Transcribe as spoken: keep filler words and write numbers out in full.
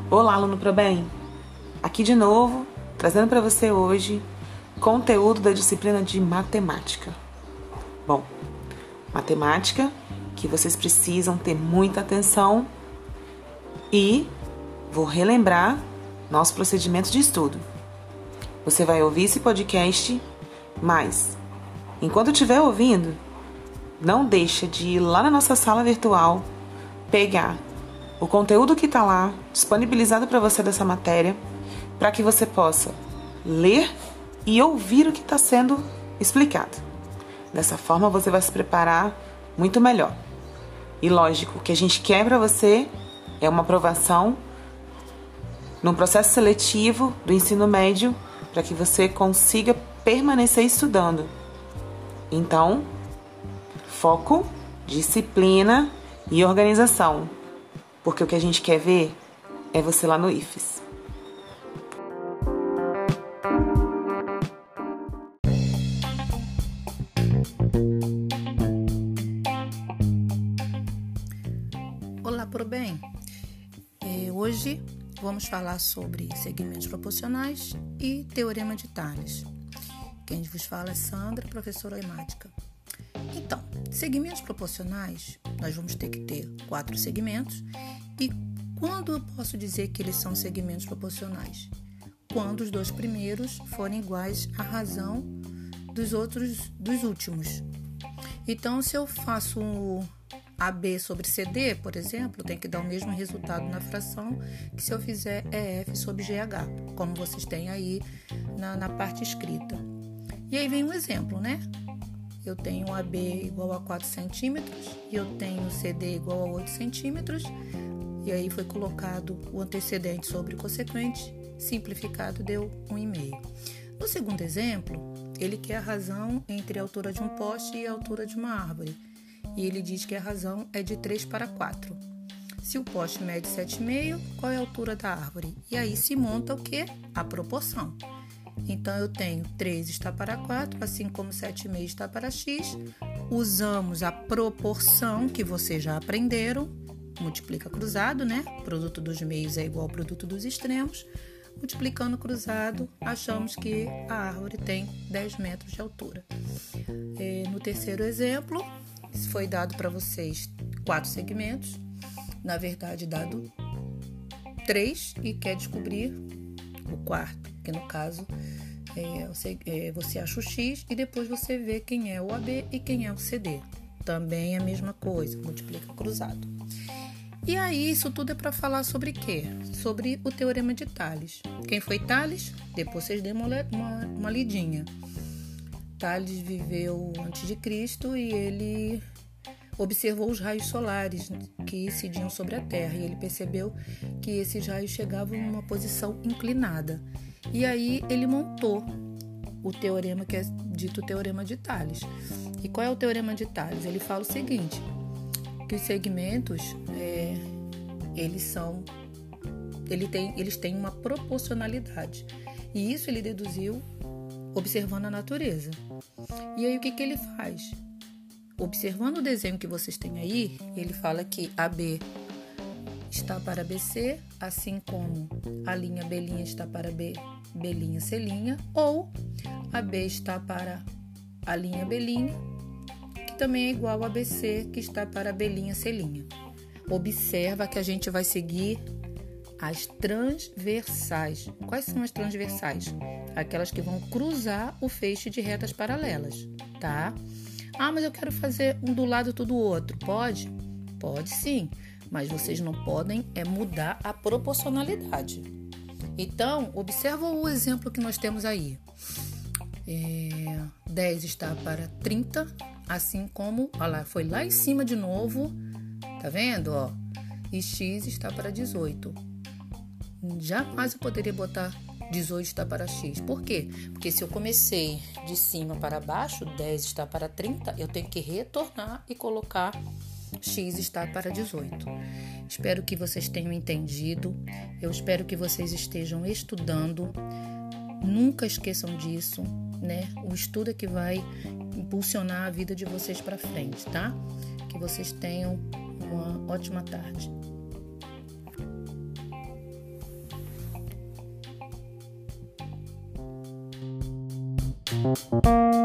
Olá, aluno Pro Bem! Aqui de novo, trazendo para você hoje conteúdo da disciplina de matemática. Bom, matemática que vocês precisam ter muita atenção e vou relembrar nosso procedimento de estudo. Você vai ouvir esse podcast, mas enquanto estiver ouvindo, não deixa de ir lá na nossa sala virtual, pegar o conteúdo que está lá, disponibilizado para você dessa matéria, para que você possa ler e ouvir o que está sendo explicado. Dessa forma você vai se preparar muito melhor. E lógico, o que a gente quer para você é uma aprovação no processo seletivo do ensino médio, para que você consiga permanecer estudando. Então, foco, disciplina e organização. Porque o que a gente quer ver é você lá no I F E S. Olá, Pro Bem! É, hoje vamos falar sobre segmentos proporcionais e teorema de Tales. Quem vos fala é Sandra, professora emática. Então, segmentos proporcionais, nós vamos ter que ter quatro segmentos. E quando eu posso dizer que eles são segmentos proporcionais? Quando os dois primeiros forem iguais à razão dos outros, dos últimos. Então, se eu faço um A B sobre C D, por exemplo, tem que dar o mesmo resultado na fração que se eu fizer E F sobre G H, como vocês têm aí na, na parte escrita. E aí vem um exemplo, né? Eu tenho A B igual a quatro centímetros e eu tenho C D igual a oito centímetros. E aí foi colocado o antecedente sobre o consequente, simplificado deu um vírgula cinco. No segundo exemplo, ele quer a razão entre a altura de um poste e a altura de uma árvore. E ele diz que a razão é de três para quatro. Se o poste mede sete vírgula cinco, qual é a altura da árvore? E aí se monta o quê? A proporção. Então, eu tenho três está para quatro, assim como sete vírgula cinco está para x. Usamos a proporção que vocês já aprenderam. Multiplica cruzado, né? Produto dos meios é igual ao produto dos extremos. Multiplicando cruzado, achamos que a árvore tem dez metros de altura. É, no terceiro exemplo, foi dado para vocês quatro segmentos. Na verdade, dado três e quer descobrir o quarto, que no caso é, você, é, você acha o X e depois você vê quem é o A B e quem é o C D. Também é a mesma coisa, multiplica cruzado. E aí, isso tudo é para falar sobre quê? Sobre o teorema de Tales. Quem foi Tales? Depois vocês dêem uma, uma, uma lidinha. Tales viveu antes de Cristo e ele observou os raios solares que incidiam sobre a Terra. E ele percebeu que esses raios chegavam em uma posição inclinada. E aí ele montou o teorema que é dito teorema de Tales. E qual é o teorema de Tales? Ele fala o seguinte, que os segmentos, é, eles são, ele tem, eles têm uma proporcionalidade. E isso ele deduziu observando a natureza. E aí o que, que ele faz? Observando o desenho que vocês têm aí, ele fala que A B está para B C, assim como a linha B' está para B, B', C', ou A B está para a linha B', que também é igual a B C, que está para B', C'. Observa que a gente vai seguir as transversais. Quais são as transversais? Aquelas que vão cruzar o feixe de retas paralelas, tá? Ah, mas eu quero fazer um do lado do outro. Pode? Pode sim, mas vocês não podem é mudar a proporcionalidade. Então, observa o exemplo que nós temos aí. É, dez está para trinta, assim como, olha lá, foi lá em cima de novo, tá vendo, ó? E x está para dezoito. Jamais eu poderia botar dezoito está para x. Por quê? Porque se eu comecei de cima para baixo, dez está para trinta, eu tenho que retornar e colocar x está para dezoito. Espero que vocês tenham entendido. Eu espero que vocês estejam estudando. Nunca esqueçam disso, né? O estudo é que vai impulsionar a vida de vocês para frente, tá? Que vocês tenham uma ótima tarde. Música